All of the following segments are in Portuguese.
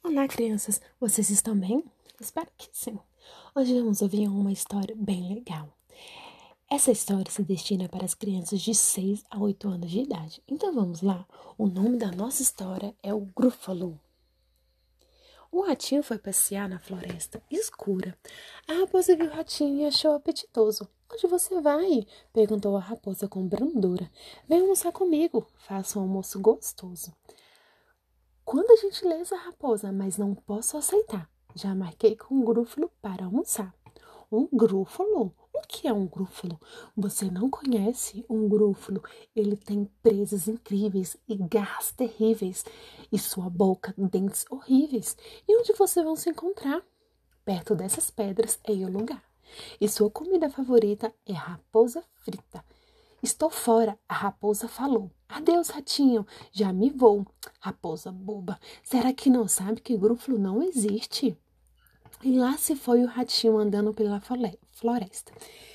Olá, crianças! Vocês estão bem? Espero que sim. Hoje vamos ouvir uma história bem legal. Essa história se destina para as crianças de 6 a 8 anos de idade. Então vamos lá? O nome da nossa história é o Grúfalo. O ratinho foi passear na floresta escura. A raposa viu o ratinho e achou apetitoso. Onde você vai? Perguntou a raposa com brandura. Vem almoçar comigo. Faça um almoço gostoso. Quanta gentileza, raposa, mas não posso aceitar. Já marquei com um grúfalo para almoçar. Um grúfalo? O que é um grúfalo? Você não conhece um grúfalo? Ele tem presas incríveis e garras terríveis. E sua boca, dentes horríveis. E onde vocês vão se encontrar? Perto dessas pedras é o lugar. E sua comida favorita é raposa frita. Estou fora, a raposa falou. Adeus, ratinho, já me vou. Raposa boba, será que não sabe que grúfalo não existe? E lá se foi o ratinho andando pela floresta.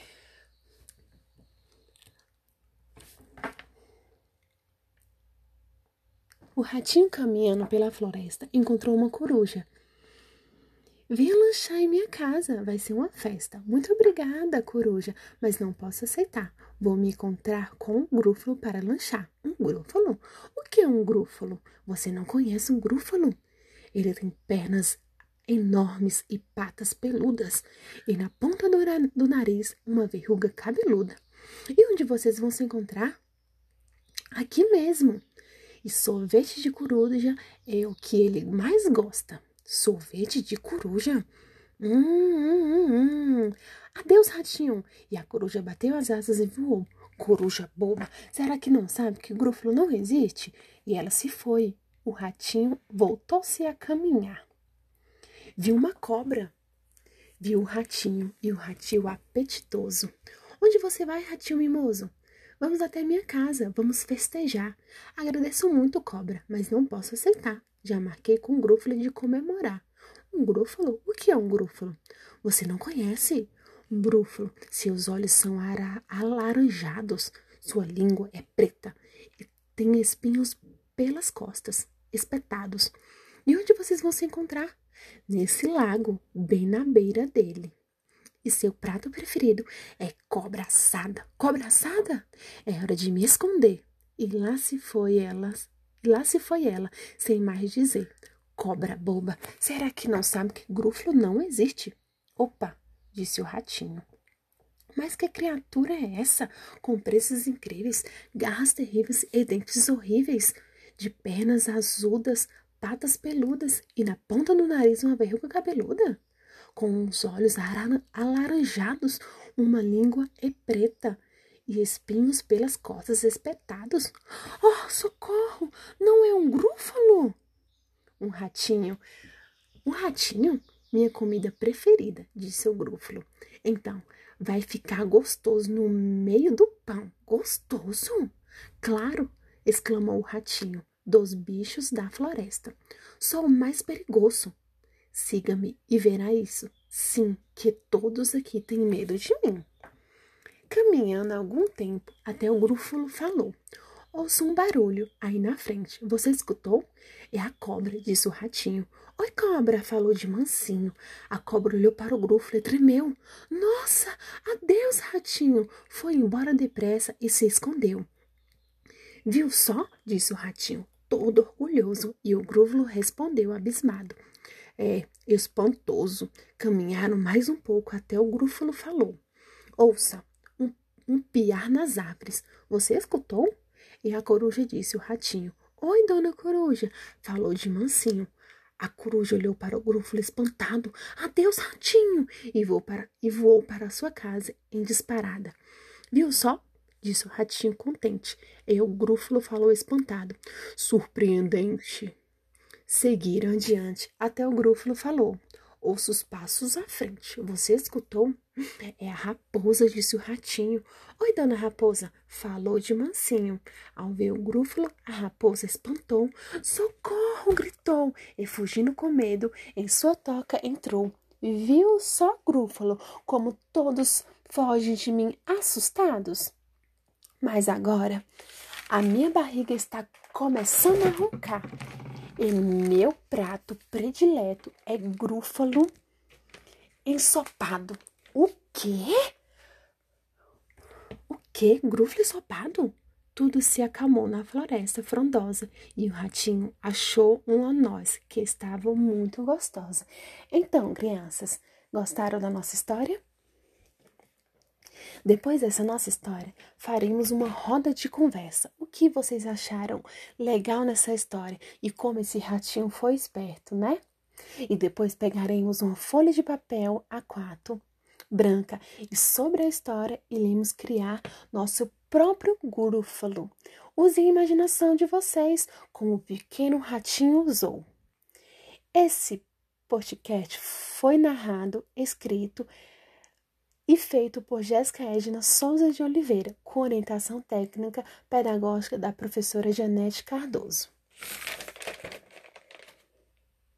O ratinho caminhando pela floresta encontrou uma coruja. Venha lanchar em minha casa, vai ser uma festa. Muito obrigada, coruja, mas não posso aceitar. Vou me encontrar com um grúfalo para lanchar. Um grúfalo? O que é um grúfalo? Você não conhece um grúfalo? Ele tem pernas enormes e patas peludas, e na ponta do nariz uma verruga cabeluda. E onde vocês vão se encontrar? Aqui mesmo. E sorvete de coruja é o que ele mais gosta. Sorvete de coruja? Adeus, ratinho. E a coruja bateu as asas e voou. Coruja boba, será que não sabe que o grúfalo não existe? E ela se foi. O ratinho voltou-se a caminhar. Viu uma cobra. Viu o ratinho e o ratinho apetitoso. Onde você vai, ratinho mimoso? Vamos até minha casa, vamos festejar. Agradeço muito, cobra, mas não posso aceitar. Já marquei com um grúfalo de comemorar. Um grúfalo? O que é um grúfalo? Você não conhece? Um grúfalo, seus olhos são alaranjados, sua língua é preta e tem espinhos pelas costas, espetados. E onde vocês vão se encontrar? Nesse lago, bem na beira dele. E seu prato preferido é cobra assada. Cobra assada? É hora de me esconder. E lá se foi ela, sem mais dizer. Cobra boba, será que não sabe que grúfalo não existe? Opa, disse o ratinho. Mas que criatura é essa? Com presas incríveis, garras terríveis e dentes horríveis, de pernas azudas, patas peludas e na ponta do nariz uma verruga cabeluda? Com os olhos alaranjados, uma língua preta e espinhos pelas costas espetados. Oh, socorro! Não é um grúfalo? Um ratinho. Um ratinho? Minha comida preferida, disse o grúfalo. Então, vai ficar gostoso no meio do pão. Gostoso? Claro, exclamou o ratinho, dos bichos da floresta. Sou o mais perigoso. Siga-me e verá isso. Sim, que todos aqui têm medo de mim. Caminhando algum tempo, até o grúfalo falou. Ouço um barulho aí na frente. Você escutou? É a cobra, disse o ratinho. Oi, cobra, falou de mansinho. A cobra olhou para o grúfalo e tremeu. Nossa, adeus, ratinho. Foi embora depressa e se escondeu. Viu só? Disse o ratinho, todo orgulhoso, e o grúfalo respondeu abismado. É espantoso. Caminharam mais um pouco até o grúfalo falou. Ouça, um piar nas árvores. Você escutou? E a coruja disse o ratinho. Oi, dona coruja, falou de mansinho. A coruja olhou para o grúfalo espantado. Adeus, ratinho! E voou para sua casa em disparada. Viu só? Disse o ratinho contente. E o grúfalo falou espantado. Surpreendente. Seguiram adiante até o grúfalo falou. Ouça os passos à frente. Você escutou? É a raposa, disse o ratinho. Oi, dona raposa, falou de mansinho. Ao ver o grúfalo, a raposa espantou. Socorro, gritou, e fugindo com medo, em sua toca entrou. Viu só, grúfalo, como todos fogem de mim assustados? Mas agora, a minha barriga está começando a roncar. E meu prato predileto é grúfalo ensopado. O quê? O quê? Grúfalo ensopado? Tudo se acalmou na floresta frondosa e o ratinho achou uma noz que estava muito gostosa. Então, crianças, gostaram da nossa história? Depois dessa nossa história, faremos uma roda de conversa. O que vocês acharam legal nessa história e como esse ratinho foi esperto, né? E depois pegaremos uma folha de papel A4 branca e sobre a história iremos criar nosso próprio grúfalo. Usem a imaginação de vocês como o pequeno ratinho usou. Esse podcast foi narrado, escrito e feito por Jéssica Edna Souza de Oliveira, com orientação técnica pedagógica da professora Janete Cardoso.